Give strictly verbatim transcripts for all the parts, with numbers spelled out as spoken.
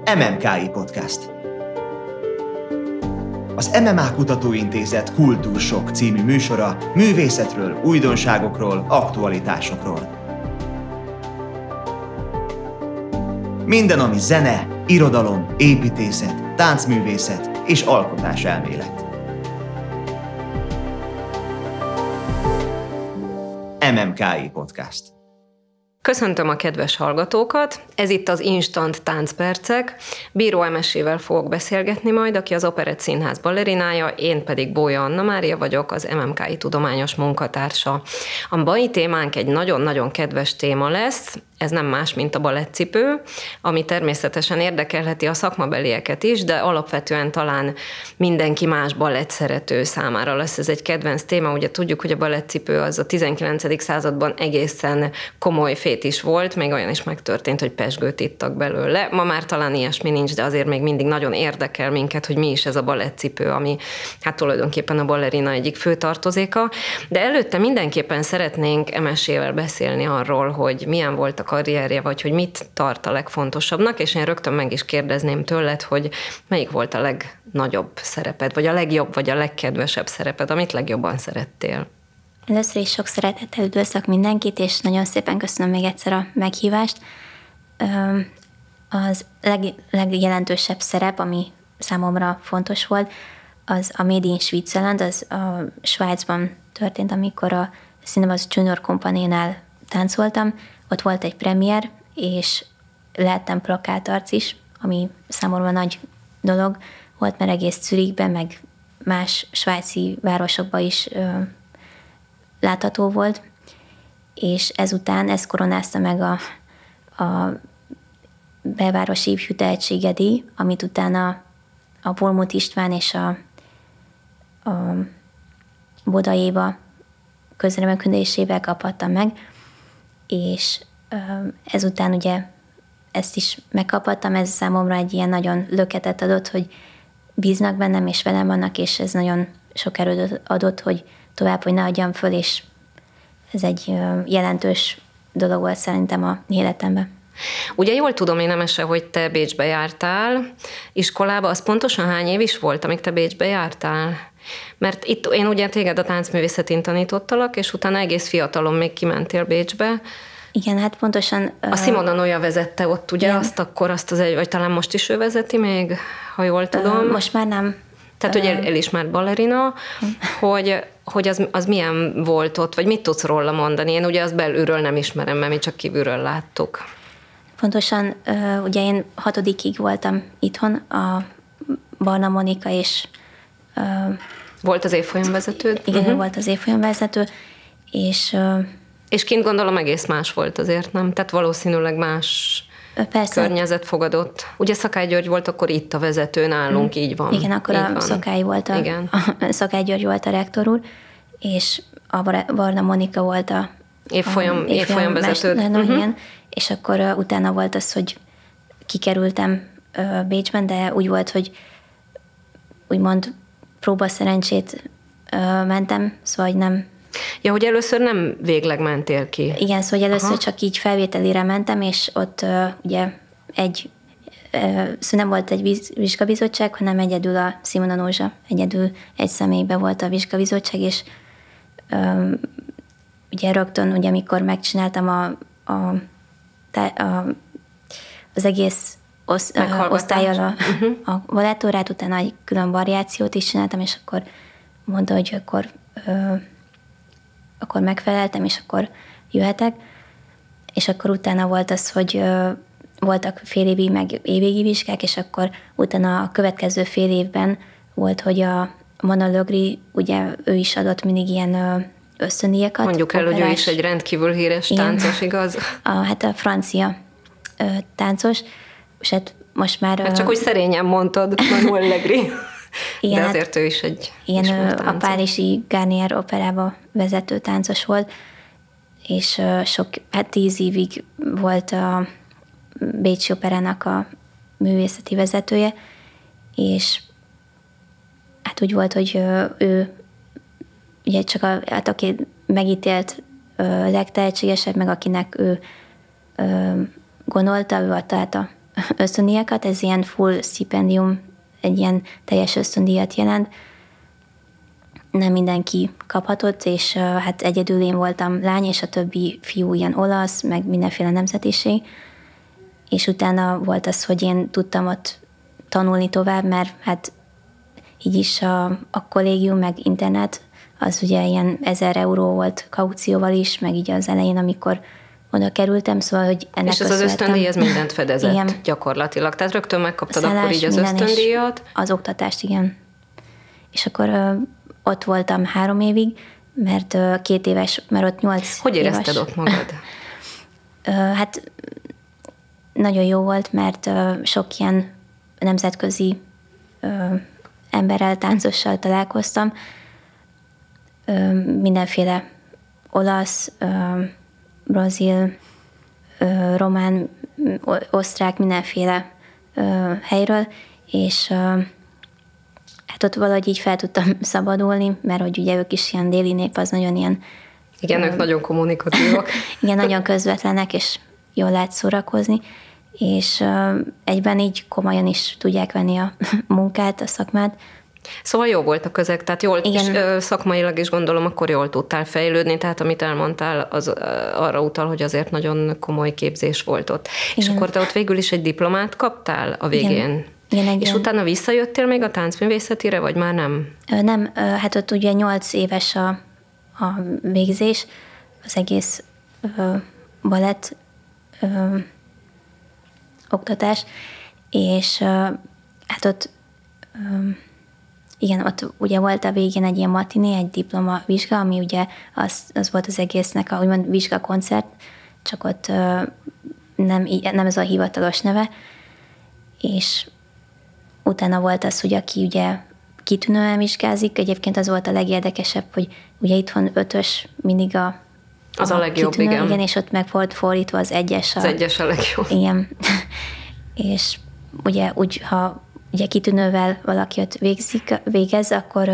em em ká i Podcast. Az em em á Kutatóintézet Kultúrsok című műsora művészetről, újdonságokról, aktualitásokról. Minden, ami zene, irodalom, építészet, táncművészet és alkotáselmélet. em em ká i Podcast. Köszöntöm a kedves hallgatókat, ez itt az Instant Táncpercek. Bíró Emesével fogok beszélgetni majd, aki az Operett Színház ballerinája, én pedig Bója Anna Mária vagyok, az em em ká i tudományos munkatársa. A mai témánk egy nagyon-nagyon kedves téma lesz, ez nem más, mint a balettcipő, ami természetesen érdekelheti a szakmabelieket is, de alapvetően talán mindenki más balett szerető számára lesz ez egy kedvenc téma. Ugye tudjuk, hogy a balettcipő az a tizenkilencedik században egészen komoly fétis volt, még olyan is megtörtént, hogy pezsgőt ittak belőle. Ma már talán ilyesmi nincs, de azért még mindig nagyon érdekel minket, hogy mi is ez a balettcipő, ami hát tulajdonképpen a ballerina egyik fő tartozéka. De előtte mindenképpen szeretnénk Emesével beszélni arról, hogy milyen volt a karrierje, vagy hogy mit tart a legfontosabbnak, és én rögtön meg is kérdezném tőled, hogy melyik volt a legnagyobb szereped, vagy a legjobb, vagy a legkedvesebb szereped, amit legjobban szerettél? Először is sok szeretettel üdvözlök mindenkit, és nagyon szépen köszönöm még egyszer a meghívást. Az leg, legjelentősebb szerep, ami számomra fontos volt, az a Made in Switzerland, az a Svájcban történt, amikor a Cinebuzz Junior Company-nál táncoltam. Ott volt egy premier, és lehettem plakátarc is, ami számomra nagy dolog volt, mert egész Zürichben, meg más svájci városokban is ö, látható volt, és ezután ez koronázta meg a, a belvárosi ifjú tehetségedíj, amit utána a Volmut István és a, a Boda Éva közreműködésével kaphattam meg, és ezután ugye ezt is megkaphattam, ez számomra egy ilyen nagyon löketet adott, hogy bíznak bennem, és velem vannak, és ez nagyon sok erőt adott, hogy tovább, hogy ne adjam föl, és ez egy jelentős dolog volt szerintem a életemben. Ugye jól tudom én, Emese, hogy te Bécsbe jártál iskolába, az pontosan hány év is volt, amíg te Bécsbe jártál? Mert itt én ugye téged a táncművészetén tanítottalak, és utána egész fiatalon még kimentél Bécsbe. Igen, hát pontosan... A Simona Noja vezette ott, ugye, igen. Azt akkor, azt az egy, vagy talán most is ő vezeti még, ha jól tudom. Most már nem. Tehát, hogy el, elismert ballerina, hogy, hogy az, az milyen volt ott, vagy mit tudsz róla mondani? Én ugye azt belülről nem ismerem, mert mi csak kívülről láttuk. Pontosan, ugye én hatodikig voltam itthon, a Barna Monika és... Volt az évfolyamvezetőd? Igen, uh-huh. volt az évfolyamvezető, és... És kint gondolom egész más volt azért, nem? Tehát valószínűleg más persze. Környezet fogadott. Ugye Szakály György volt akkor itt a vezető nálunk, mm. így van. Igen, akkor így a van. Szakály volt a, Igen. a Szakály György volt a rektor úr, és a Barna Monika volt a évfolyam, évfolyamvezetőd. Uh-huh. Igen, és akkor uh, utána volt az, hogy kikerültem uh, Bécsben, de úgy volt, hogy úgymond próbaszerencsét uh, mentem, szóval hogy nem. Ja, hogy először nem végleg mentél ki. Igen, szóval hogy először Aha. csak így felvételire mentem, és ott uh, ugye egy, uh, szóval nem volt egy vizsgabizottság, hanem egyedül a Simona Nózsa, egyedül egy személyben volt a vizsgabizottság, és uh, ugye rögtön, ugye amikor megcsináltam a, a, a, az egész osz, uh, osztályal a, uh-huh. a valetórát, utána egy külön variációt is csináltam, és akkor mondta, hogy akkor uh, akkor megfeleltem, és akkor jöhetek. És akkor utána volt az, hogy ö, voltak fél évi, meg évvégi vizsgák, és akkor utána a következő fél évben volt, hogy a Mona Lögri, ugye ő is adott mindig ilyen ö, ösztöndíjakat. Mondjuk el, operás. Hogy ő is egy rendkívül híres Igen. táncos, igaz? A, hát a francia ö, táncos, és hát most már... Hát csak úgy szerényen mondtad, Mona Lögri. Igen, de azért hát, ő is egy ilyen a párizsi Garnier operába vezető táncos volt, és sok, hát tíz évig volt a Bécsi Operának a művészeti vezetője, és hát úgy volt, hogy ő ugye csak a, hát aki megítélt legtehetségesebb, meg akinek ő gondolta, ő adta át a ösztöndíjakat, ez ilyen full stipendium, egy ilyen teljes ösztöndíjat jelent. Nem mindenki kaphatott, és hát egyedül én voltam lány, és a többi fiú ilyen olasz, meg mindenféle nemzetiség. És utána volt az, hogy én tudtam ott tanulni tovább, mert hát így is a, a kollégium, meg internet, az ugye ilyen ezer euró volt kaucióval is, meg így az elején, amikor oda kerültem, szóval, hogy ennek és ez az ösztöndíj, ez mindent fedezett igen. gyakorlatilag. Tehát rögtön megkaptad Szállás, akkor így az ösztöndíjat. Az oktatást, igen. És akkor ö, ott voltam három évig, mert ö, két éves, mert ott nyolc Hogy érezted éves. ott magad? Ö, hát nagyon jó volt, mert ö, sok ilyen nemzetközi ö, emberrel, táncossal találkoztam. Ö, mindenféle olasz, ö, brazil, ö, román, osztrák, mindenféle ö, helyről, és ö, hát ott valahogy így fel tudtam szabadulni, mert hogy ugye ők is ilyen déli nép, az nagyon ilyen... Igen, ö, ők nagyon kommunikatívak. Igen, nagyon közvetlenek, és jól lehet szórakozni, és ö, egyben így komolyan is tudják venni a munkát, a szakmát. Szóval jó volt a közeg, tehát jól, Igen. és ö, szakmailag is gondolom, akkor jól tudtál fejlődni, tehát amit elmondtál, az ö, arra utal, hogy azért nagyon komoly képzés volt ott. Igen. És akkor te ott végül is egy diplomát kaptál a végén? Igen. Igen, egy és ilyen... utána visszajöttél még a táncművészetire, vagy már nem? Ö, nem, ö, hát ott ugye nyolc éves a, a végzés, az egész ö, balett ö, oktatás, és ö, hát ott ö, igen, ott ugye volt a végén egy ilyen matiné, egy diploma vizsga, ami ugye az, az volt az egésznek a úgymond vizsgakoncert, csak ott ö, nem, nem ez a hivatalos neve, és utána volt az, hogy aki ugye kitűnően vizsgázik, egyébként az volt a legérdekesebb, hogy ugye itthon ötös mindig a Az a, a legjobb, kitűnő, igen. igen. És ott meg volt fordítva az egyes. A, az egyes a legjobb. Igen. És ugye úgy, ha ugye kitűnővel valaki ott végzik, végez, akkor,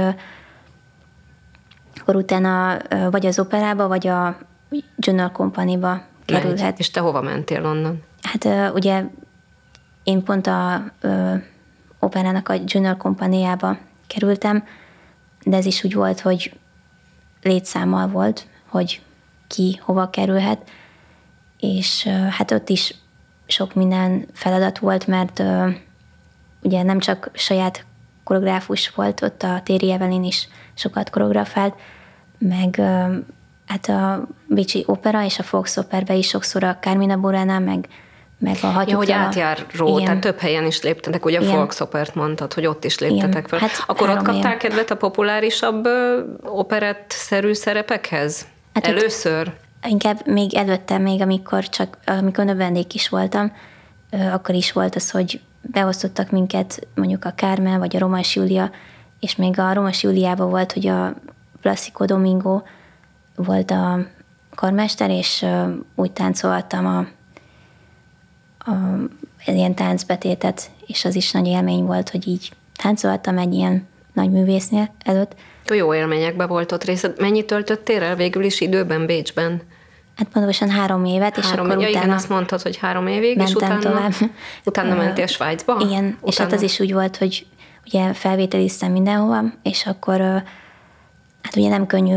akkor utána vagy az operába, vagy a Junior Company-ba kerülhet. Megy. És te hova mentél onnan? Hát ugye én pont a ö, operának a Junior Company-jába kerültem, de ez is úgy volt, hogy létszámmal volt, hogy ki hova kerülhet, és ö, hát ott is sok minden feladat volt, mert ö, ugye nem csak saját koreográfus volt, ott a Téri Evelyn is sokat koreografált, meg ö, hát a Bécsi Opera és a Volksoperbe is sokszor a Carmina Burana, meg meg a hatjuk. Ja, hogy átjárról, tehát több helyen is léptetek, ugye a Volksopert mondtad, hogy ott is léptetek fel. Hát akkor ott kaptál ilyen. kedvet a populárisabb operett-szerű szerepekhez? Hát először? Inkább még előtte, még amikor csak, amikor növendék is voltam, akkor is volt az, hogy beosztottak minket mondjuk a Carmen, vagy a Romans Júlia, és még a Romans Júliában volt, hogy a Placido Domingo volt a karmester, és úgy táncoltam a A, egy ilyen táncbetétet, és az is nagy élmény volt, hogy így táncoltam egy ilyen nagy művésznél előtt. Jó élményekben volt ott részed. Mennyit töltöttél el végül is időben Bécsben? Hát pontosan három évet, és három, akkor ja, utána... igen, azt mondtad, hogy három évig, és utána, tovább. utána mentél Svájcba? Igen, utána... és hát az is úgy volt, hogy ugye felvételiztem mindenhova, és akkor hát ugye nem könnyű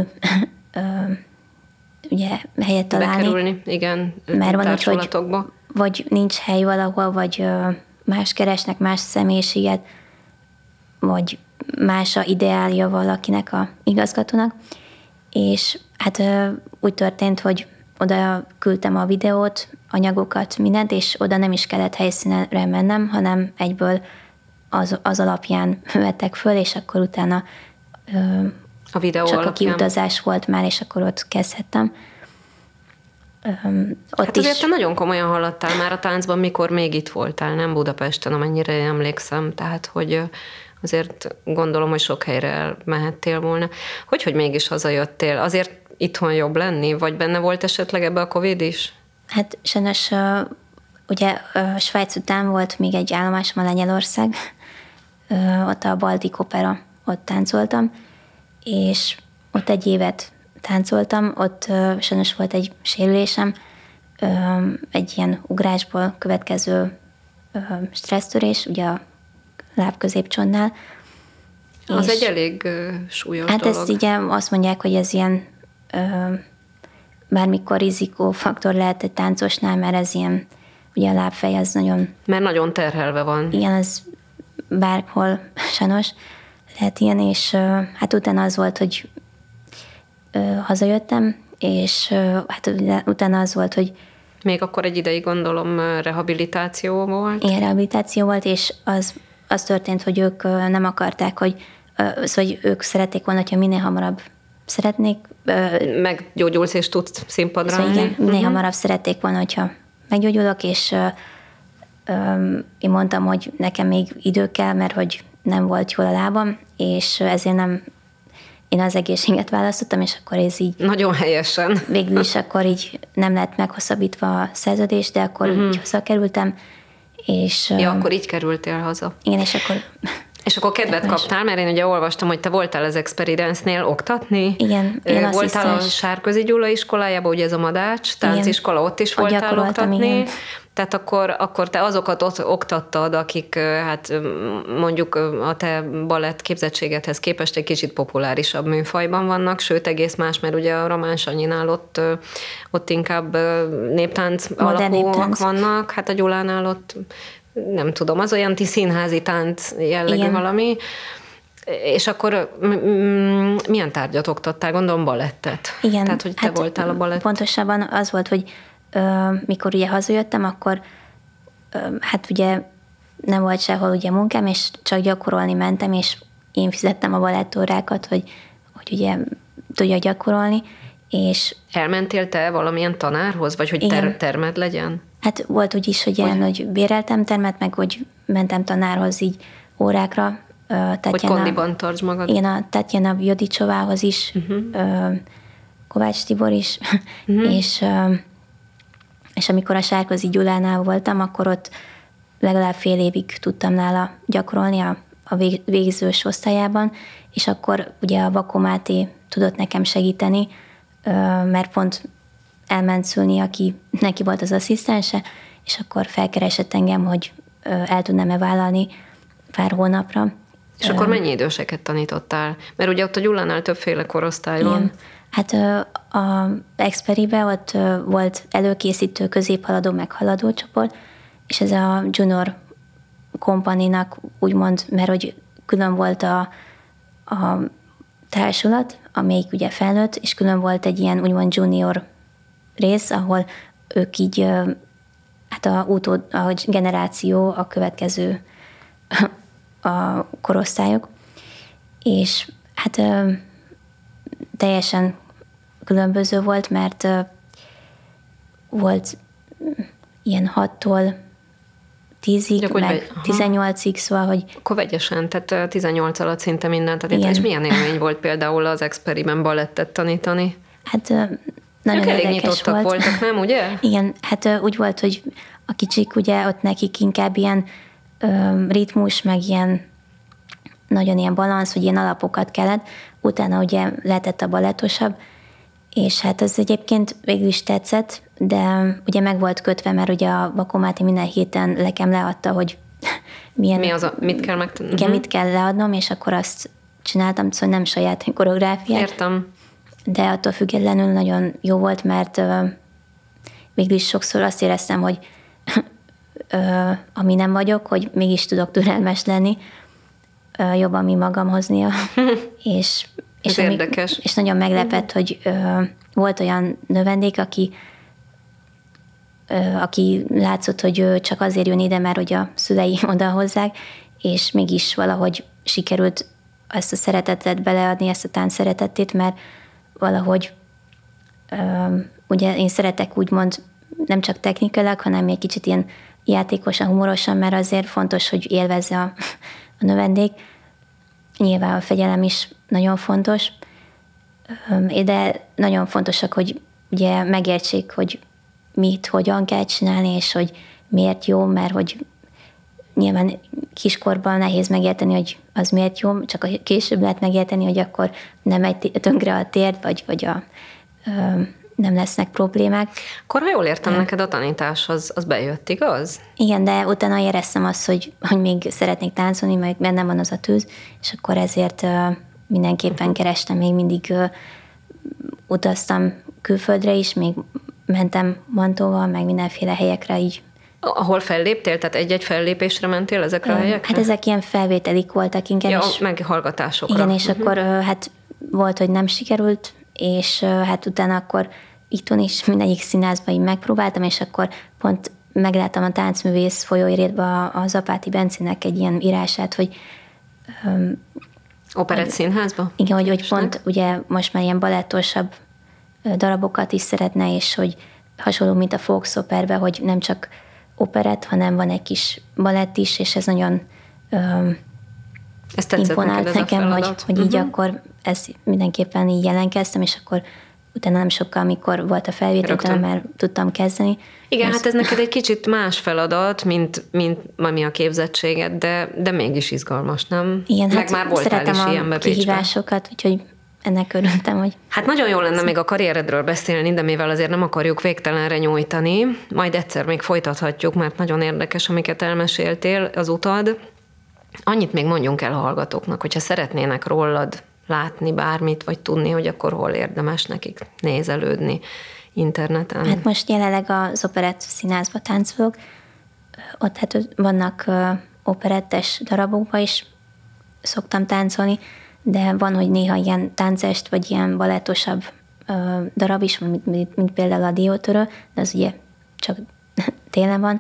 ugye helyet találni. Bekerülni, igen, mert van úgy, hogy vagy nincs hely valahol, vagy más keresnek, más személyiséget, vagy más a ideálja valakinek, a igazgatónak. És hát úgy történt, hogy oda küldtem a videót, anyagokat, mindent, és oda nem is kellett helyszínre mennem, hanem egyből az, az alapján vettek föl, és akkor utána a videó csak alapján. a kiutazás volt már, és akkor ott kezdhettem. Um, ott hát azért is... te nagyon komolyan haladtál már a táncban, mikor még itt voltál, nem Budapesten, amennyire emlékszem, tehát hogy azért gondolom, hogy sok helyre mehettél volna. Hogy, hogy mégis hazajöttél? Azért itthon jobb lenni, vagy benne volt esetleg ebbe a Covid is? Hát sajnos ugye Svájc után volt még egy állomásom, a Lengyelország, ott a Baltic Opera, ott táncoltam, és ott egy évet táncoltam, ott uh, sajnos volt egy sérülésem, uh, egy ilyen ugrásból következő ö, stressztörés, ugye a lábközépcsontnál. Az egy elég ö, súlyos hát dolog. ezt ugye azt mondják, hogy ez ilyen ö, bármikor rizikófaktor lehet egy táncosnál, mert ez ilyen, ugye a lábfej az nagyon... Mert nagyon terhelve van. Igen, az bárhol sajnos lehet ilyen, és ö, hát utána az volt, hogy ö, hazajöttem, és ö, hát utána az volt, hogy Még akkor egy ideig gondolom rehabilitáció volt. ilyen rehabilitáció volt, és az, az történt, hogy ők ö, nem akarták, hogy ö, szóval hogy ők szerették volna, hogyha minél hamarabb szeretnék. Ö, Meggyógyulsz és tudsz színpadra Szóval állni. igen, minél uh-huh. hamarabb szerették volna, hogyha meggyógyulok, és ö, ö, én mondtam, hogy nekem még idő kell, mert hogy nem volt jól a lábam, és ezért nem, én az egészséget választottam, és akkor ez így Nagyon helyesen. végül is akkor így nem lett meghosszabbítva a szerződés, de akkor uh-huh. így hazakerültem, és... Ja, ö, akkor így kerültél haza. igen, és akkor... És akkor kedvet Akkor is. kaptál, mert én ugye olvastam, hogy te voltál az Experience-nél oktatni. Igen, Ö, én Voltál asszisztens. a Sárközi Gyula iskolájában, ugye ez a Madács tánciskola, ott is Ott voltál gyakoroltam, oktatni. igen. Tehát akkor, akkor te azokat ott oktattad, akik ö, hát ö, mondjuk ö, a te balett képzettségedhez képest egy kicsit populárisabb műfajban vannak, sőt egész más, mert ugye a Román Sanyinál ott, ö, ott inkább ö, néptánc Modern alapúak néptánc. vannak, hát a Gyulánál ott nem tudom, az olyan ti színházi tánc jellegű Igen. valami. És akkor mm, milyen tárgyat oktattál? Gondolom balettet. Igen. Tehát, hogy te hát voltál a balett. Pontosabban az volt, hogy ö, mikor ugye hazajöttem, akkor ö, hát ugye nem volt sehol ugye munkám, és csak gyakorolni mentem, és én fizettem a balettórákat, hogy, hogy ugye tudja gyakorolni, és Elmentél te valamilyen tanárhoz? Vagy hogy ter- Igen. termed legyen? hát volt úgy is, hogy ilyen, hogy béreltem termet, meg hogy mentem tanárhoz így órákra. ö, Hogy Tatjana- kondiban tartsd magad? Igen, a Tatjana Jodicsovához is, uh-huh. Kovács Tibor is, uh-huh. és, ö, és amikor a Sárközi Gyulánál voltam, akkor ott legalább fél évig tudtam nála gyakorolni a, a vég, végzős osztályában, és akkor ugye a Vakó Máté tudott nekem segíteni, ö, mert pont elment szülni, aki neki volt az asszisztense, és akkor felkeresett engem, hogy ö, el tudnám-e vállalni pár hónapra. És akkor mennyi időseket tanítottál? Mert ugye ott a Gyulánál többféle korosztály van. Igen. Hát ö, a Experibe ott ö, volt előkészítő, középhaladó, meg haladó csoport, és ez a junior kompaninak úgymond, mert hogy külön volt a, a társulat, amelyik ugye felnőtt, és külön volt egy ilyen úgymond junior rész, ahol ők így, ö, hát a, utód, a generáció, a következő a korosztályok, és hát ö, teljesen különböző volt, mert ö, volt ilyen hattól tízig, Ja, hogy meg vagy- aha. tizennyolcig, szóval, hogy Akkor vegyesen, tehát tizennyolc alatt szinte mindent tanított. Igen. És milyen élmény volt például az Experiben balettet tanítani? hát ö, nagyon Ők elég érdekes nyitottak volt. voltak, nem, ugye? Igen, hát ö, úgy volt, hogy a kicsik ugye ott nekik inkább ilyen ö, ritmus, meg ilyen nagyon ilyen balansz, hogy ilyen alapokat kellett, utána ugye lehetett a balettosabb, és hát ez egyébként végül is tetszett, de ugye meg volt kötve, mert ugye a Vakó Máté minden héten nekem leadta, hogy milyen, Mi az, a, mit kell megtenni? igen, mit kell leadnom, és akkor azt csináltam, szóval nem saját koreográfiát, Értem. de attól függetlenül nagyon jó volt, mert ö, végül is sokszor azt éreztem, hogy ö, ami nem vagyok, hogy mégis tudok türelmes lenni, ö, jobban mi magam hoznia, és, és, Ez érdekes. és nagyon meglepett, hogy ö, volt olyan növendék, aki ö, aki látszott, hogy ő csak azért jön ide, mert hogy a szülei oda hozzák, és mégis valahogy sikerült ezt a szeretetet beleadni, ezt a tánc szeretetét, mert valahogy ö, ugye én szeretek úgymond nem csak technikailag, hanem egy kicsit ilyen játékosan, humorosan, mert azért fontos, hogy élvezze a, a növendék. Nyilván a fegyelem is nagyon fontos, Ö, de nagyon fontosak, hogy ugye megértsék, hogy mit, hogyan kell csinálni, és hogy miért jó, mert hogy nyilván kiskorban nehéz megérteni, hogy az miért jó, csak később lehet megérteni, hogy akkor nem egy tönkre a térd, vagy, vagy a, ö, nem lesznek problémák. Akkor, ha jól értem, neked a tanítás az, az bejött, igaz? Igen, de utána éreztem azt, hogy, hogy még szeretnék táncolni, mert bennem van az a tűz, és akkor ezért uh, mindenképpen kerestem, még mindig uh, utaztam külföldre is, még mentem Mantóval, meg mindenféle helyekre így. Ahol felléptél? Tehát egy-egy fellépésre mentél ezekre a helyekre? Hát ezek ilyen felvételik voltak inkább. Ja, és, meghallgatásokra. igen, és uh-huh. akkor hát volt, hogy nem sikerült, és hát utána akkor itthon is mindegyik színházban így megpróbáltam, és akkor pont megláttam a Táncművész folyóiratban az Apáti Bencének egy ilyen írását, hogy um, Operett színházba? Igen, hogy, hogy pont ugye most már ilyen balettosabb darabokat is szeretne, és hogy hasonló, mint a Volksoperben, hogy nem csak operett, hanem van egy kis balett is, és ez nagyon um, ez imponált ez nekem, hogy, hogy így uh-huh. akkor ezt mindenképpen így jelentkeztem, és akkor utána nem sokkal, amikor volt a felvétel, utána már tudtam kezdeni. Igen, ez... hát ez neked egy kicsit más feladat, mint, mint ami a képzettséged, de, de mégis izgalmas, nem? Igen, meg hát már voltál is ilyenbe Bécsben. Kihívásokat, úgyhogy ennek örültem, hogy... Hát nagyon jó lenne még a karrieredről beszélni, de mivel azért nem akarjuk végtelenre nyújtani, majd egyszer még folytathatjuk, mert nagyon érdekes, amiket elmeséltél, az utad. Annyit még mondjunk el a hallgatóknak, hogyha szeretnének rólad látni bármit, vagy tudni, hogy akkor hol érdemes nekik nézelődni interneten. Hát most jelenleg az Operett Színházba táncolok, ott hát vannak operettes darabokban is szoktam táncolni, de van, hogy néha ilyen táncest, vagy ilyen balettosabb darab is, mint, mint, mint például a Diótörő, de az ugye csak télen van.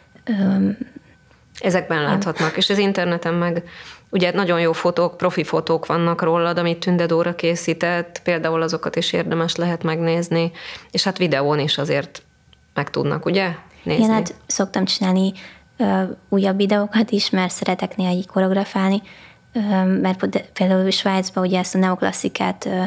Ezekben láthatnak, és az interneten meg ugye nagyon jó fotók, profi fotók vannak rólad, amit Tünde Dóra készített, például azokat is érdemes lehet megnézni, és hát videón is azért meg tudnak, ugye, nézni. Igen, hát szoktam csinálni ö, újabb videókat is, mert szeretek néha így koreografálni, ö, mert például Svájcban ugye ezt a neoklasszikát ö,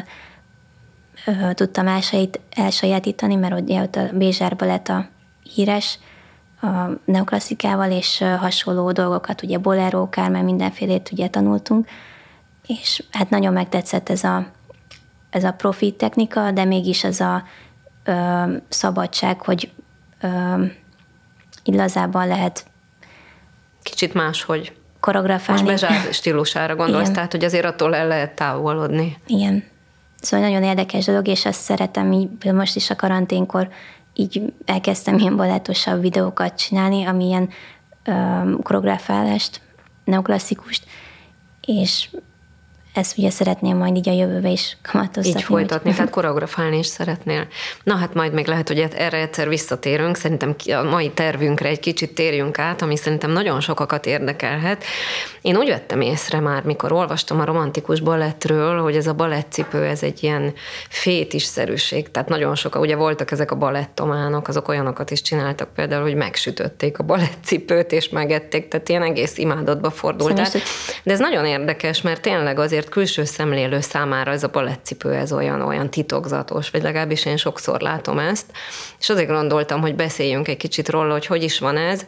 ö, tudtam elsaját, elsajátítani, mert ugye ott a Bézsár balett a híres, a neoklasszikával, és hasonló dolgokat, ugye bolero, Carmen, mindenfélét ugye tanultunk, és hát nagyon megtetszett ez a, ez a profi technika, de mégis ez a ö, szabadság, hogy ö, így lazában lehet kicsit máshogy koreografálni. Most Bezsár stílusára gondolsz, Igen. tehát hogy azért attól el lehet távolodni. Igen. Szóval nagyon érdekes dolog, és azt szeretem így, most is a karanténkor így elkezdtem ilyen balettosabb videókat csinálni, ami ilyen um, koreografálást, neoklasszikust, és ezt ugye szeretném majd így a jövőbe is kamatoztatni. Így folytatni, hogy... tehát koreografálni is szeretnél. Na hát majd még lehet, hogy erre egyszer visszatérünk, szerintem a mai tervünkre egy kicsit térjünk át, ami szerintem nagyon sokakat érdekelhet. Én úgy vettem észre már, mikor olvastam a romantikus balettről, hogy ez a balettcipő, ez egy ilyen fétisszerűség, tehát nagyon sokan, ugye voltak ezek a balettománok, azok olyanokat is csináltak például, hogy megsütötték a balettcipőt és megették, tehát ilyen egész imádatba fordult. Szóval De ez nagyon érdekes, mert tényleg azért külső szemlélő számára ez a balettcipő, ez olyan, olyan titokzatos, vagy legalábbis én sokszor látom ezt, és azért gondoltam, hogy beszéljünk egy kicsit róla, hogy hogy is van ez.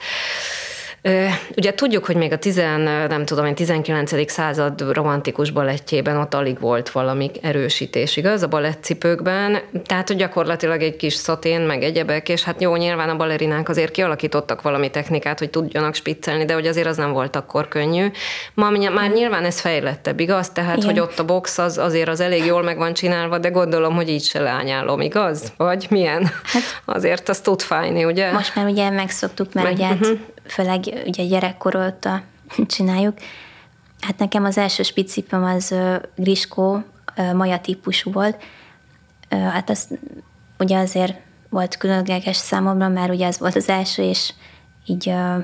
Ugye tudjuk, hogy még a tizen, nem tudom én, tizenkilencedik század romantikus balettjében ott alig volt valami erősítés, igaz, a balettcipőkben, tehát hogy gyakorlatilag egy kis szatén, meg egyebek, és hát jó, nyilván a balerinák azért kialakítottak valami technikát, hogy tudjanak spiccelni, de hogy azért az nem volt akkor könnyű. Ma már nyilván ez fejlettebb, igaz? Tehát, igen. Hogy ott a box az azért az elég jól meg van csinálva, de gondolom, hogy így se leányálom, igaz? Vagy milyen? Hát, azért az tud fájni, ugye? Most már ugye megszoktuk, mert meg, ugye hát uh-huh. főleg ugye gyerekkor óta csináljuk. Hát nekem az első spicipőm az uh, Griskó uh, maja típusú volt. Uh, hát az ugye azért volt különleges számomra, mert ugye ez volt az első, és így uh,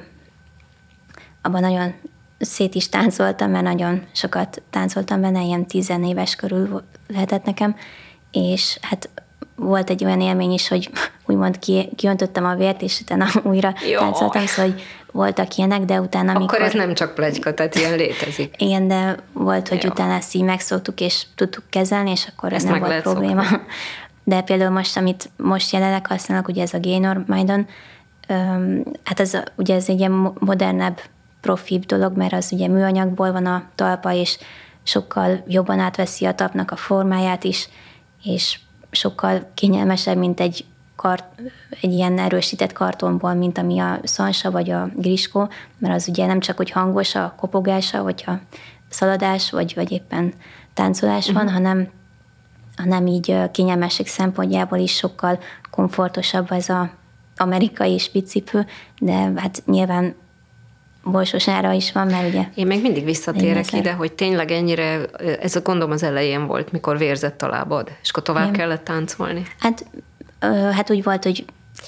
abban nagyon szét is táncoltam, mert nagyon sokat táncoltam benne, ilyen tizenéves körül lehetett nekem, és hát volt egy olyan élmény is, hogy úgymond ki, kiöntöttem a vért, és utána újra Jaj. táncoltam, szóval hogy voltak ilyenek, de utána amikor... Akkor ez nem csak pletyka, tehát ilyen létezik. Igen, de volt, hogy Jó. utána ezt így megszoktuk, és tudtuk kezelni, és akkor ez nem volt probléma. Szokni. De például most, amit most jelenleg használok, ugye ez a Gaynor Maidon, hát ez, ugye ez egy ilyen modernebb, profibb dolog, mert az ugye műanyagból van a talpa, és sokkal jobban átveszi a tapnak a formáját is, és sokkal kényelmesebb, mint egy, kart, egy ilyen erősített kartonból, mint ami a Sansa vagy a Griskó, mert az ugye nem csak, hogy hangos a kopogása, hogyha szaladás, vagy, vagy éppen táncolás van, uh-huh. hanem, hanem így kényelmesség szempontjából is sokkal komfortosabb ez az amerikai spitcipő, de hát nyilván borsos ára is van, mert ugye... Én még mindig visszatérek ide, hogy tényleg ennyire, ez a gondom az elején volt, mikor vérzett a lábad, és akkor tovább Igen. kellett táncolni. Hát, hát úgy volt, hogy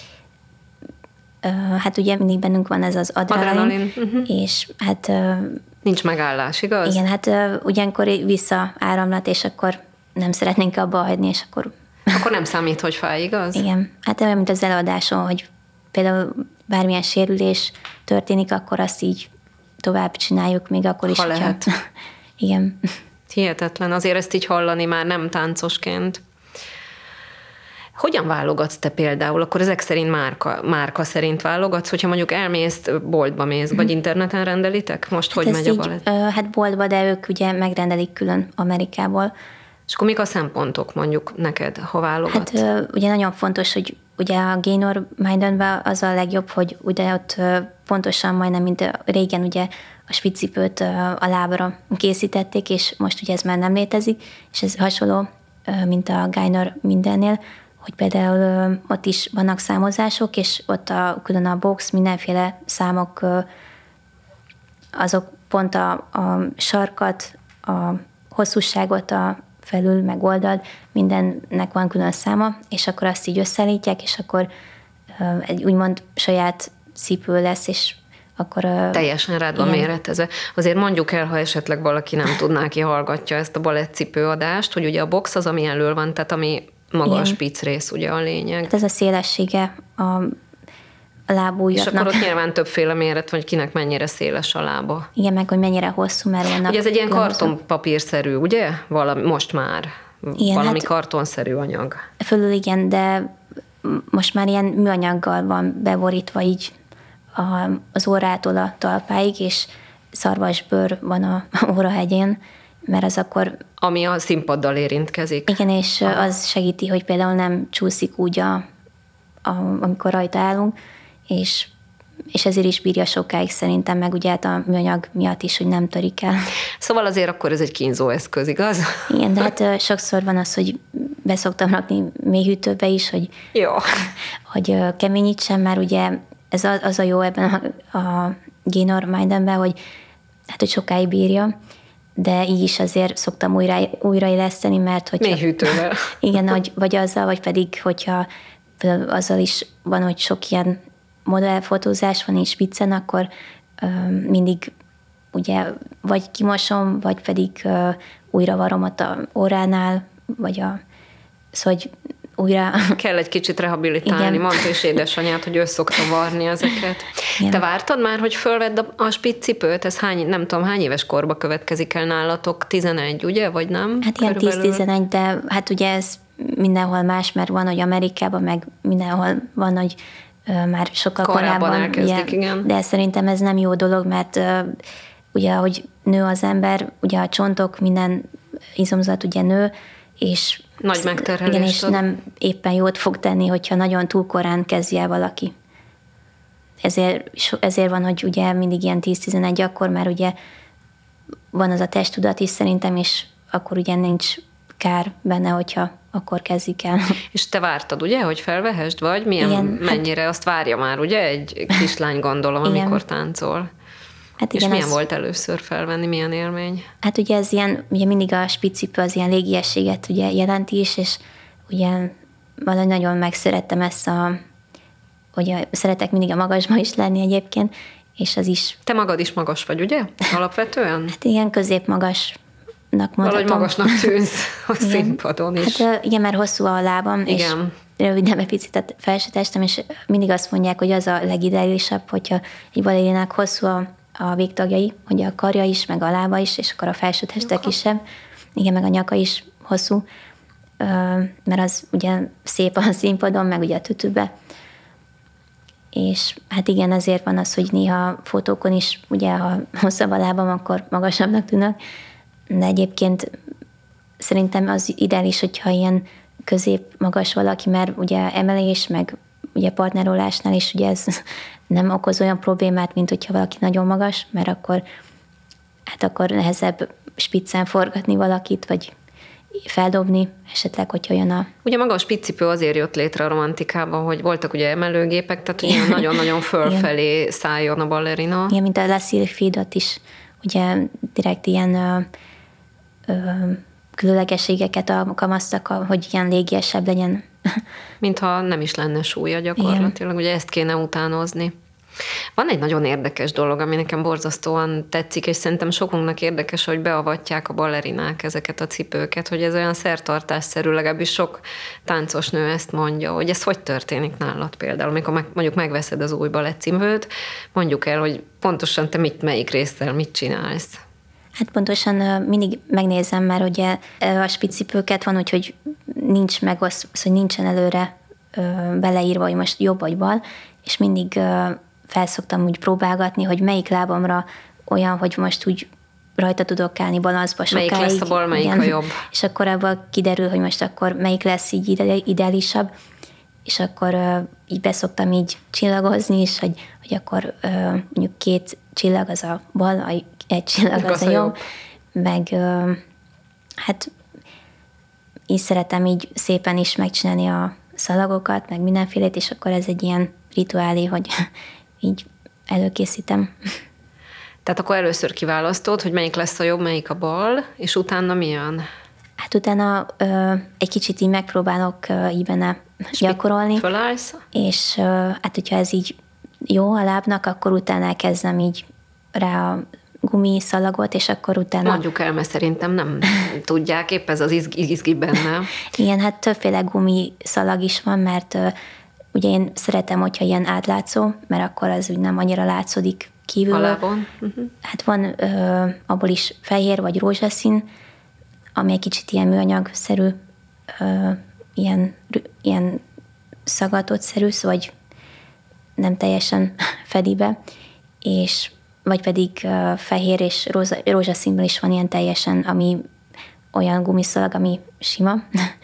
hát ugye mindig bennünk van ez az adrenalin, adrenalin. Uh-huh. és hát... Nincs megállás, igaz? Igen, hát ugyankor visszaáramlat, és akkor nem szeretnénk abba hagyni, és akkor... Akkor nem számít, hogy fáj, igaz? Igen, hát olyan, mint az előadáson, hogy például bármilyen sérülés történik, akkor azt így tovább csináljuk, még akkor is, ha lehet. Hogyha... Igen. Hihetetlen, azért ezt így hallani már nem táncosként. Hogyan válogatsz te például? Akkor ezek szerint márka, márka szerint válogatsz, hogyha mondjuk elmész, boltba mész, vagy interneten rendelitek? Most hát hogy megy a balett? Hát boltba, de ők ugye megrendelik külön Amerikából. És akkor mik a szempontok mondjuk neked, ha válogatsz? Hát ugye nagyon fontos, hogy ugye a Gaynor Maidenben az a legjobb, hogy ugye ott pontosan majdnem, mint régen ugye a spitcipőt a lábra készítették, és most ugye ez már nem létezik, és ez hasonló, mint a Gaynor mindennél, hogy például ott is vannak számozások, és ott a, külön a box, mindenféle számok, azok pont a, a sarkat, a hosszúságot, a felül, meg oldalt, mindennek van külön száma, és akkor azt így összeállítják, és akkor egy úgymond saját cipő lesz, és akkor... Teljesen rád van méretezve. Azért mondjuk el, ha esetleg valaki nem tudná, ki hallgatja ezt a balettcipő adást, hogy ugye a box az, ami elől van, tehát ami maga Igen. a spicc rész, ugye a lényeg. Hát ez a szélessége a lábújatnak. És akkor ott nyilván többféle méret van, hogy kinek mennyire széles a lába. Igen, meg hogy mennyire hosszú, mert vannak... Ugye ez egy ilyen kartonpapírszerű, ugye? Valami, most már. Igen, valami hát kartonszerű anyag. Fölül igen, de most már ilyen műanyaggal van beborítva így a, az órától a talpáig, és szarvasbőr van a órahegyén, mert az akkor... Ami a színpaddal érintkezik. Igen, és Aha. az segíti, hogy például nem csúszik úgy, a, a, amikor rajta állunk, és, és ezért is bírja sokáig szerintem, meg ugye hát a műanyag miatt is, hogy nem törik el. Szóval azért akkor ez egy kínzó eszköz, igaz? Igen, de hát sokszor van az, hogy beszoktam rakni mélyhűtőbe is, hogy, jó. hogy keményítsen, már ugye ez az, az a jó ebben a, a Gaynor Maidenben, hogy hát, hogy sokáig bírja, de így is azért szoktam újra, újraéleszteni, mert hogyha... Mélyhűtővel. Igen, hogy, vagy azzal, vagy pedig, hogyha azzal is van, hogy sok ilyen modellfotózás van és spiccen, akkor ö, mindig ugye vagy kimosom, vagy pedig ö, újra varom ott a óránál, vagy a... Szóval, hogy újra... Kell egy kicsit rehabilitálni. Igen. Mondta is édesanyád, hogy ő szokta varni ezeket. Igen. Te vártad már, hogy fölvedd a, a spiccipőt? Ez hány, nem tudom, hány éves korba következik el nálatok? tizenegy, ugye? Vagy nem? Hát ilyen tíz-tizenegy, de hát ugye ez mindenhol más, mert van, hogy Amerikában, meg mindenhol van, hogy ö, már sokkal korábban, korábban elkezdik, ugye, igen. De szerintem ez nem jó dolog, mert ö, ugye, ahogy nő az ember, ugye a csontok, minden izomzat ugye nő, és nagy megterhelés. Igen, és nem éppen jót fog tenni, hogyha nagyon túl korán kezdje el valaki. Ezért, ezért van, hogy ugye mindig ilyen tíz-tizenegy, akkor már ugye van az a testtudat is szerintem, és akkor ugye nincs kár benne, hogyha akkor kezdik el. És te vártad, ugye, hogy felvehesd, vagy milyen, igen, mennyire hát, azt várja már, ugye, egy kislány gondolom, igen. amikor táncol. Hát igen, és milyen az... volt először felvenni, milyen élmény? Hát ugye ez ilyen, ugye mindig a spiccipő az ilyen légiességet ugye jelenti is, és ugye valahogy nagyon megszerettem ezt a, ugye szeretek mindig a magasban is lenni egyébként, és az is... Te magad is magas vagy, ugye? Alapvetően? Hát ilyen középmagasnak mondhatom. Valahogy magasnak tűnsz a igen. színpadon is. Hát igen, mert hosszú a lábam, igen. és rövidebb egy picit a felső testem, és mindig azt mondják, hogy az a legideálisabb, hogyha egy balérinának hosszú a a végtagjai, ugye a karja is, meg a lába is, és akkor a felső teste kisebb. Igen, meg a nyaka is hosszú, mert az ugye szép a színpadon, meg ugye a tütőbe. És hát igen, ezért van az, hogy néha fotókon is, ugye ha hosszabb a lábam, akkor magasabbnak tűnök, de egyébként szerintem az ideális, hogyha ilyen közép-magas valaki, mert ugye emelés, meg ugye partnerolásnál is ugye ez nem okoz olyan problémát, mint hogyha valaki nagyon magas, mert akkor hát akkor nehezebb spiccen forgatni valakit, vagy feldobni, esetleg, hogyha jön a... Ugye maga a spiccipő azért jött létre a romantikában, hogy voltak ugye emelőgépek, tehát ugye nagyon-nagyon fölfelé szálljon a ballerina. Igen, mint a La Sylphide-ot is, ugye direkt ilyen ö, ö, különlegességeket alkalmaztak, hogy ilyen légiesebb legyen. Mintha nem is lenne súlya gyakorlatilag, igen. Ugye ezt kéne utánozni. Van egy nagyon érdekes dolog, ami nekem borzasztóan tetszik, és szerintem sokunknak érdekes, hogy beavatják a ballerinák ezeket a cipőket, hogy ez olyan szertartásszerű, legalábbis sok táncos nő ezt mondja, hogy ez hogy történik nálad például, amikor meg, mondjuk megveszed az új balettcipőt, mondjuk el, hogy pontosan te mit, melyik résszel mit csinálsz. Hát pontosan mindig megnézem, mert ugye a spiccipőket van, úgyhogy nincs megosztva, hogy nincsen előre beleírva, hogy most jobb vagy bal, és mindig felszoktam úgy próbálgatni, hogy melyik lábamra olyan, hogy most úgy rajta tudok állni balanszba sokáig. Melyik lesz a bal, melyik igen. a jobb. És akkor abban kiderül, hogy most akkor melyik lesz így ideálisabb, és akkor így beszoktam így csillagozni is, hogy, hogy akkor mondjuk két csillag az a bal, egy csillag az a jobb, meg hát így szeretem így szépen is megcsinálni a szalagokat, meg mindenfélét, és akkor ez egy ilyen rituálé, hogy így előkészítem. Tehát akkor először kiválasztod, hogy melyik lesz a jobb, melyik a bal, és utána mi jön? Hát utána ö, egy kicsit így megpróbálok ö, így benne gyakorolni. Fölállsz? És ö, hát, hogyha ez így jó a lábnak, akkor utána elkezdem így rá a gumiszalagot, és akkor utána... Mondjuk el, mert szerintem nem tudják, épp ez az izgi, izgi benne. Igen, hát többféle gumiszalag is van, mert ö, ugye én szeretem, hogyha ilyen átlátszó, mert akkor az úgy nem annyira látszódik kívül. A lábon? Uh-huh. Hát van ö, abból is fehér vagy rózsaszín, ami egy kicsit ilyen műanyagszerű, ö, ilyen, ilyen szagatottszerű, vagy nem teljesen fedi be, és vagy pedig ö, fehér és róza, rózsaszínből is van ilyen teljesen, ami olyan gumiszalag, ami sima.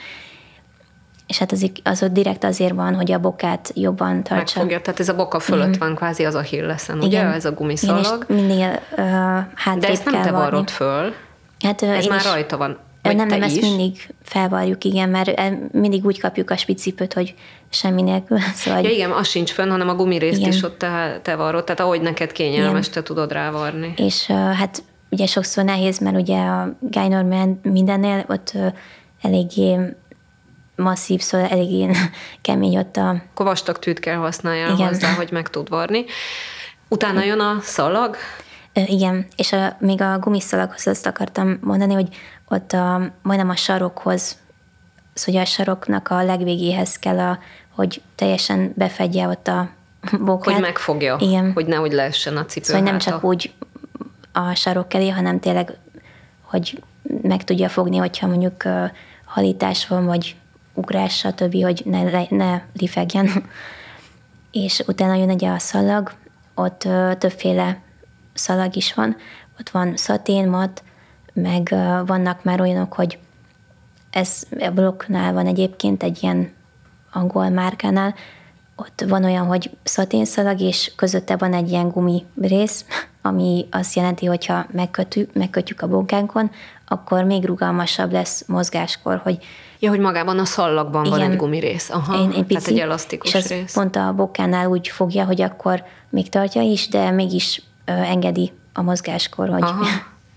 És hát az, az ott direkt azért van, hogy a bokát jobban tartsa. Megfogja, tehát ez a boka fölött mm. van kvázi az Achilleszen, ugye? Igen. Ez a gumiszalag. Igen, és minél uh, hátrébb De ezt nem kell te varni. varrod föl? Hát, ez már is, rajta van. Vagy nem, te nem, is? ezt mindig felvarjuk, igen, mert mindig úgy kapjuk a spiccipőt, hogy semmi nélkül. Szóval, ja igen, az sincs fönn, hanem a gumirészt igen. is ott te, te varrod, tehát ahogy neked kényelmes, igen. te tudod rávarni. És uh, hát ugye sokszor nehéz, mert ugye a Gaynor mindennél ott uh, eléggé masszív, szóval eléggé kemény ott a... Akkor vastag tűt kell használjál igen. hozzá, hogy meg tud varni. Utána jön a szalag? Uh, igen, és a, még a gumiszalaghoz azt akartam mondani, hogy ott a, majdnem a sarokhoz, szóval a saroknak a legvégéhez kell, a, hogy teljesen befedje ott a bokát. Hogy megfogja, igen. hogy nehogy leessen a cipő Szóval háta. nem csak úgy a sarok elé, hanem tényleg, hogy meg tudja fogni, hogyha mondjuk uh, halítás van, vagy ugrás, stb., hogy ne, ne lifegjen. És utána jön egy a szalag, ott uh, többféle szalag is van. Ott van szatén, mat, meg uh, vannak már olyanok, hogy ez a blokknál van egyébként egy ilyen angol márkánál, ott van olyan, hogy szaténszalag, és közötte van egy ilyen gumi rész, ami azt jelenti, hogyha megkötjük, megkötjük a bokánkon, akkor még rugalmasabb lesz mozgáskor, hogy... Ja, hogy magában a szallagban igen, van egy gumirész. Aha, én, én pici, tehát egy elasztikus és rész. pont a bokánál úgy fogja, hogy akkor még tartja is, de mégis ö, engedi a mozgáskor, hogy Aha.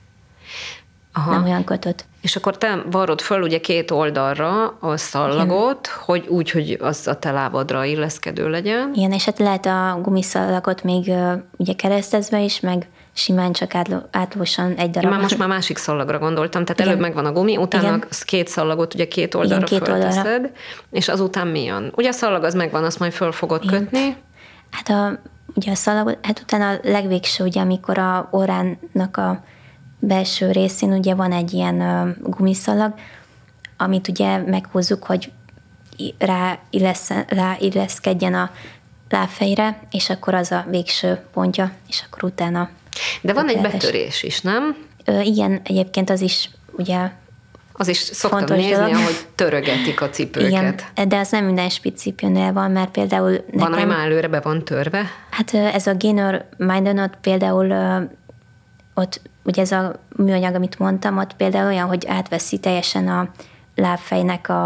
Aha. nem olyan kötött. És akkor te varrod föl ugye két oldalra a szallagot, igen. hogy úgy, hogy az a te lábadra illeszkedő legyen. Igen, és hát lehet a gumiszalagot még uh, ugye keresztezve is, meg simán csak átló, átlósan egy darab. Én már most már másik szallagra gondoltam, tehát igen. előbb megvan a gumi, utána igen. két szallagot ugye két oldalra igen, két fölteszed, oldalra. És azután mi jön? Ugye a szallag az megvan, azt majd föl fogod igen. kötni. Hát a, ugye a szalagot, hát utána a legvégső, ugye amikor a orránnak a belső részén ugye van egy ilyen uh, gumiszalag, amit ugye meghúzzuk, hogy rá, illesz, rá illeszkedjen a lábfejre, és akkor az a végső pontja, és akkor utána... De van egy betörés is, nem? Ö, igen, egyébként az is ugye Az is szoktam fontos nézni, dolog. ahogy törögetik a cipőket. Igen, de az nem minden spitcipőnél van, mert például nekem... Van, ami már előre be van törve? Hát ez a Gaynor Maiden, ott például ott ugye ez a műanyag, amit mondtam, ott például olyan, hogy átveszi teljesen a lábfejnek a,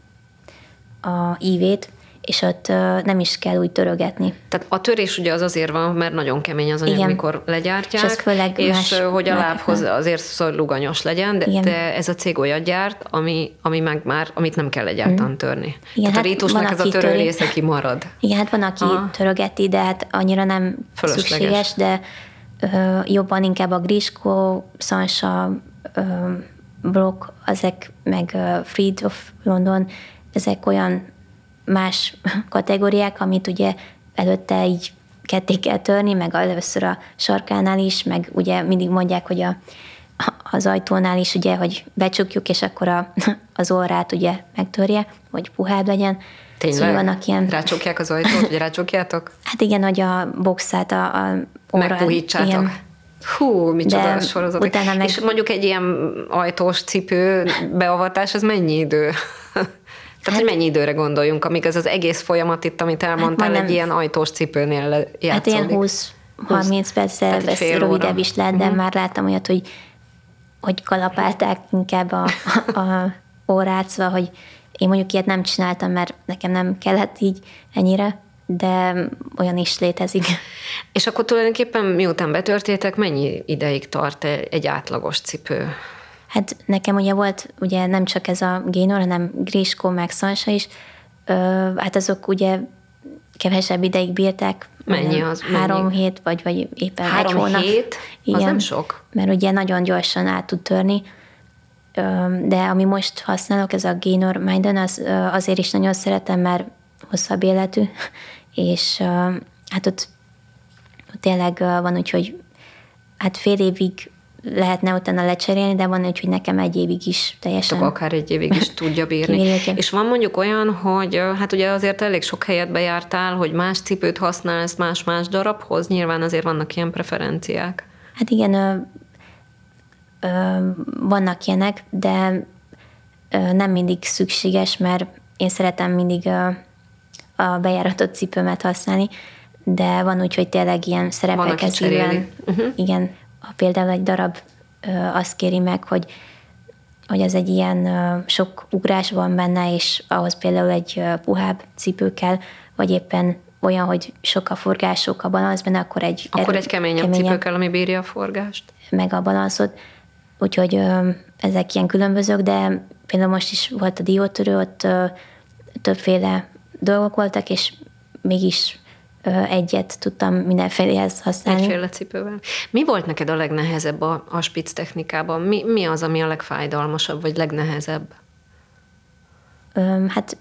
a ívét, és ott nem is kell úgy törögetni. Tehát a törés ugye az azért van, mert nagyon kemény az anyag, Igen. mikor legyártják, És, ez főleg és más, hogy a más- lábhoz azért szorluganyos legyen, de, de ez a cég olyat gyárt, ami, ami meg már, amit nem kell egyáltalán törni. Igen, Tehát hát a rítusnak van, ez a aki törő töri. része kimarad. Igen, hát van, aki Aha. törögeti, de hát annyira nem Fölösleges. szükséges, de ö, jobban inkább a Grisco, Sansa, ö, Brock, ezek meg ö, Fried of London, ezek olyan más kategóriák, amit ugye előtte így ketté kell törni, meg először a sarkánál is, meg ugye mindig mondják, hogy a, az ajtónál is ugye, hogy becsukjuk, és akkor a, az orrát ugye megtörje, hogy puhább legyen. Tényleg? Szóval vannak ilyen... Rácsukják az ajtót, vagy rácsukjátok? Hát igen, hogy a boxát a, a orrán... Megpuhítsátok. Igen. Hú, micsoda De sorozatok. utána meg- És mondjuk egy ilyen ajtós cipő beavatás, az mennyi idő? Tehát, hogy mennyi időre gondoljunk, amíg ez az egész folyamat itt, amit elmondtál, majdnem- egy ilyen ajtós cipőnél le- Hát játszódik. ilyen húsz-harminc perccel, Tehát egy ez fél rövidebb óra. is lehet, de Mhm. már láttam olyat, hogy, hogy kalapálták inkább a, a órát, szóval, hogy én mondjuk ilyet nem csináltam, mert nekem nem kellett így ennyire, de olyan is létezik. És akkor tulajdonképpen miután betörtétek, mennyi ideig tart egy átlagos cipő? Hát nekem ugye volt ugye nem csak ez a Gaynor, hanem Grisco, meg Sansa is. Ö, hát azok ugye kevesebb ideig bírták. Mennyi majdnem az? Három Mennyi? hét, vagy, vagy éppen Három egy hónap. hét? Az nem sok. Mert ugye nagyon gyorsan át tud törni. Ö, de ami most használok, ez a Gaynor Maiden, az ö, azért is nagyon szeretem, mert hosszabb életű, és ö, hát ott, ott tényleg ö, van úgy, hogy hát fél évig lehetne utána lecserélni, de van úgy, hogy nekem egy évig is teljesen. Csak akár egy évig is tudja bírni. Kibírja. És van mondjuk olyan, hogy hát ugye azért elég sok helyet bejártál, hogy más cipőt használsz más-más darabhoz, nyilván azért vannak ilyen preferenciák. Hát igen, ö, ö, vannak ilyenek, de ö, nem mindig szükséges, mert én szeretem mindig ö, a bejáratott cipőmet használni, de van úgy, hogy tényleg ilyen Van, aki szerepekhez cseréli. írven, uh-huh. igen, ha például egy darab ö, azt kéri meg, hogy hogy ez egy ilyen ö, sok ugrás van benne, és ahhoz például egy ö, puhább cipő kell, vagy éppen olyan, hogy sok a forgás, sok a balansz benne, akkor egy, Akkor erő- egy keményebb, cipő kell, ami bírja a forgást. meg a balanszot. Úgyhogy ö, ezek ilyen különbözők, de például most is volt a diótörő, ott ö, többféle dolgok voltak, és mégis ö, egyet tudtam mindenfélehez használni. Egyféle cipővel. Mi volt neked a legnehezebb a, a spitz technikában? Mi, mi az, ami a legfájdalmasabb, vagy legnehezebb? Ö, hát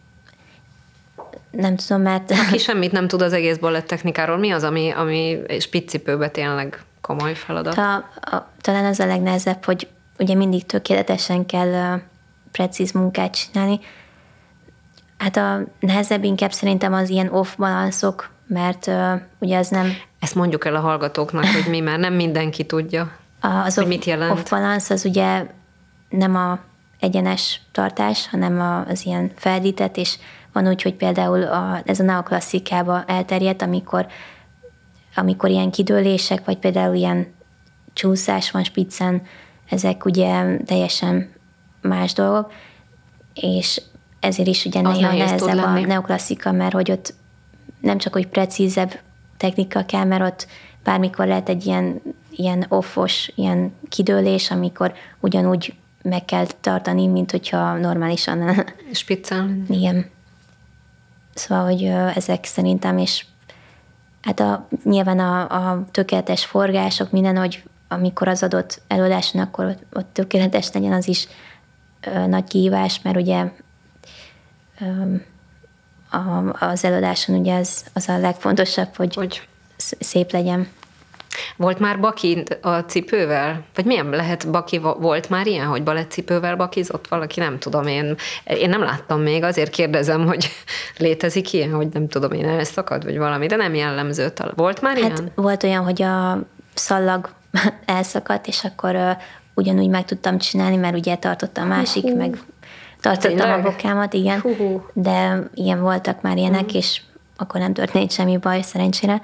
nem tudom, mert Aki semmit nem tud az egész balett technikáról, mi az, ami, ami spitz cipőben tényleg komoly feladat? a, a, talán az a legnehezebb, hogy ugye mindig tökéletesen kell ö, precíz munkát csinálni. Hát a nehezebb inkább szerintem az ilyen off-balanszok, mert ö, ugye az nem... Ezt mondjuk el a hallgatóknak, hogy mi, mert nem mindenki tudja. A, az Hogy off, mit jelent? off-balance az ugye nem a egyenes tartás, hanem a, az ilyen feldített, és van úgy, hogy például a, ez a neoklasszikába elterjedt, amikor, amikor ilyen kidőlések, vagy például ilyen csúszás van spiccen, ezek ugye teljesen más dolgok, és ezért is ugye Az néha nehéz tud nehezebb a lenni. neoklasszika, mert hogy ott nem csak, hogy precízebb technika kell, mert ott bármikor lehet egy ilyen, ilyen offos, ilyen kidőlés, amikor ugyanúgy meg kell tartani, mint hogyha normálisan. Spiccen. Igen. Szóval, hogy ö, ezek szerintem, és hát a, nyilván a, a tökéletes forgások, minden, hogy amikor az adott előadáson, akkor ott, ott tökéletes legyen, az is ö, nagy kihívás, mert ugye ö, a, az előadáson ugye az, az a legfontosabb, hogy, Hogy hogy szép legyen. volt már baki a cipővel? Vagy milyen lehet baki? Volt már ilyen, hogy balettcipővel bakizott valaki? Nem tudom én. Én nem láttam még, azért kérdezem, hogy létezik ilyen, hogy nem tudom én, elszakad, vagy valami, de nem jellemző. Volt már Hát ilyen? volt olyan, hogy a szallag elszakadt, és akkor ö, ugyanúgy meg tudtam csinálni, mert ugye tartott a másik, uh-huh. meg tartottam Tényleg? a bokámat, igen. Uh-huh. De igen, voltak már ilyenek, uh-huh. és akkor nem történt semmi baj, szerencsére.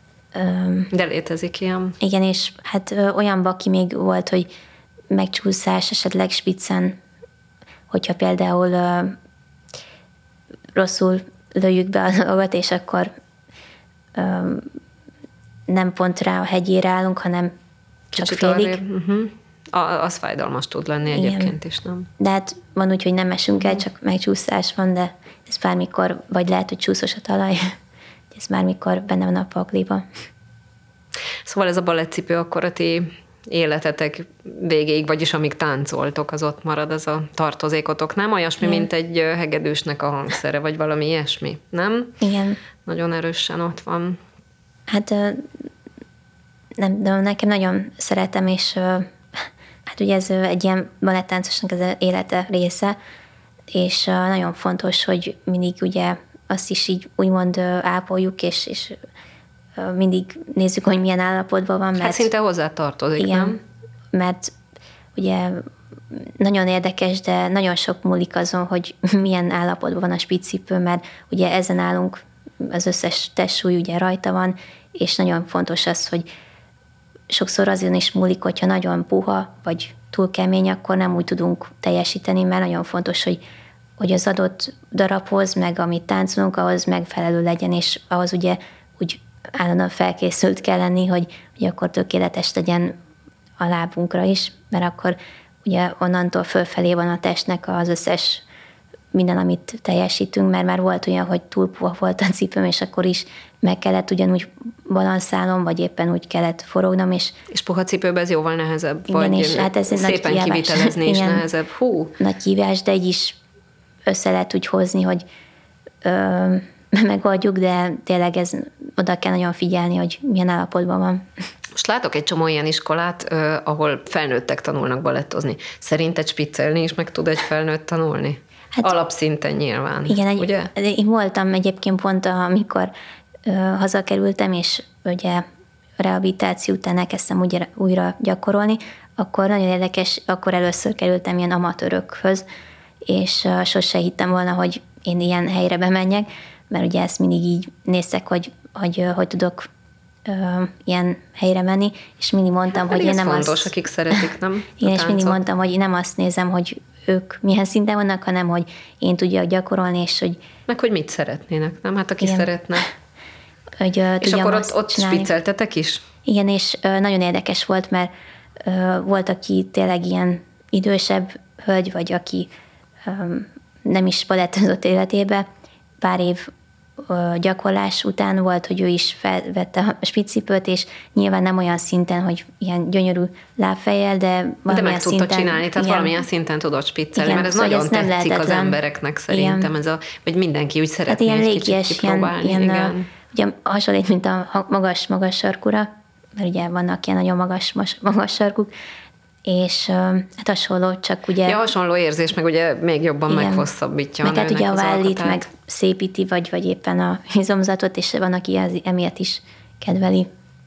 De létezik ilyen. Igen, és hát ö, olyan baki még volt, hogy megcsúszás, esetleg spiccen, hogyha például ö, rosszul lőjük be a dolgot, és akkor ö, nem pont rá a hegyére állunk, hanem csak Kicsit félig. Uh-huh. A, az fájdalmas tud lenni Igen. egyébként is, nem? De hát van úgy, hogy nem esünk el, csak megcsúszás van, de ez bármikor, vagy lehet, hogy csúszos a talaj, ez bármikor benne van a pakliba. Szóval ez a balettcipő akkor a ti életetek végéig, vagyis amíg táncoltok, az ott marad, az a tartozékotok. Nem olyasmi, Igen. mint egy hegedűsnek a hangszere, vagy valami ilyesmi, nem? Igen. Nagyon erősen ott van. Hát nem, de nekem nagyon szeretem, és hát ugye ez egy ilyen balettáncosnak az élete része, és nagyon fontos, hogy mindig ugye azt is így úgymond ápoljuk, és, és mindig nézzük, hogy milyen állapotban van. Mert, hát szinte hozzá tartozik, igen, nem? Mert ugye nagyon érdekes, de nagyon sok múlik azon, hogy milyen állapotban van a spiccipő, mert ugye ezen állunk, az összes testsúly ugye rajta van, és nagyon fontos az, hogy sokszor azon is múlik, hogyha nagyon puha, vagy túl kemény, akkor nem úgy tudunk teljesíteni, mert nagyon fontos, hogy, hogy az adott darabhoz, meg amit táncolunk, ahhoz megfelelő legyen, és ahhoz ugye úgy állandóan felkészült kell lenni, hogy, hogy akkor tökéletes legyen a lábunkra is, mert akkor ugye onnantól fölfelé van a testnek az összes minden, amit teljesítünk, mert már volt olyan, hogy túl puha volt a cipőm, és akkor is meg kellett ugyanúgy balanszálnom, vagy éppen úgy kellett forognom, és... És puha cipőben ez jóval nehezebb, igen, vagy és hát ez szépen nagy kivitelezni is igen, nehezebb. Hú! Nagy kívás, de így is össze lehet úgy hozni, hogy ö, megoldjuk, de tényleg ez, oda kell nagyon figyelni, hogy milyen állapotban van. Most látok egy csomó ilyen iskolát, uh, ahol felnőttek tanulnak balettozni. Szerinted spiccelni is meg tud egy felnőtt tanulni? Hát, alapszinten nyilván, igen, egy, ugye? Én voltam egyébként pont, amikor uh, hazakerültem, és ugye rehabilitáció után elkezdtem újra, újra gyakorolni, akkor nagyon érdekes, akkor először kerültem ilyen amatőrökhöz, és uh, sose hittem volna, hogy én ilyen helyre bemenjek, mert ugye ezt mindig így néztek, hogy hogy, hogy, hogy tudok uh, ilyen helyre menni, és mindig mondtam, hát, hogy én nem fontos, azt... akik szeretik, nem? Igen, és mindig mondtam, hogy én nem azt nézem, hogy ők milyen szinten vannak, hanem hogy én tudjak gyakorolni, és hogy... Meg hogy mit szeretnének, nem? Hát aki igen. szeretne. Hogy, uh, és akkor ott, ott spicceltetek is? Igen, és uh, nagyon érdekes volt, mert uh, volt, aki tényleg ilyen idősebb hölgy, vagy aki um, nem is balettozott életébe, pár év uh, gyakorlás után volt, hogy ő is felvette a spiccipőt, és nyilván nem olyan szinten, hogy ilyen gyönyörű lábfejjel, de valamilyen de meg tudta szinten, csinálni, tehát igen, valamilyen szinten tudott spiccelni, igen, mert ez szóval nagyon tetszik az embereknek szerintem, ez a, vagy mindenki úgy szeretné hát egy kicsit kipróbálni. Ilyen, ilyen igen. A, ugye hasonlít, mint a magas, magas sarkúra, mert ugye vannak ilyen nagyon magas, magas sarkuk, és hát hasonló, csak ugye... Ja, hasonló érzés, meg ugye még jobban igen, meghosszabbítja meg a hát ugye a vállit, alkatát. meg szépíti, vagy, vagy éppen a izomzatot, és van, aki az, emiatt is kedveli.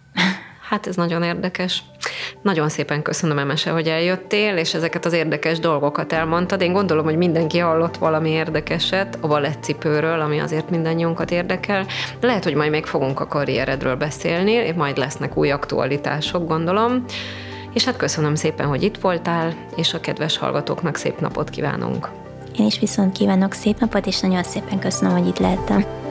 Hát ez nagyon érdekes. Nagyon szépen köszönöm, Emese, hogy eljöttél, és ezeket az érdekes dolgokat elmondtad. Én gondolom, hogy mindenki hallott valami érdekeset a balettcipőről, ami azért mindannyiunkat érdekel. Lehet, hogy majd még fogunk a karrieredről beszélni, majd lesznek új aktualitások, gondolom. És hát köszönöm szépen, hogy itt voltál, és a kedves hallgatóknak szép napot kívánunk. Én is viszont kívánok szép napot, és nagyon szépen köszönöm, hogy itt lehettem.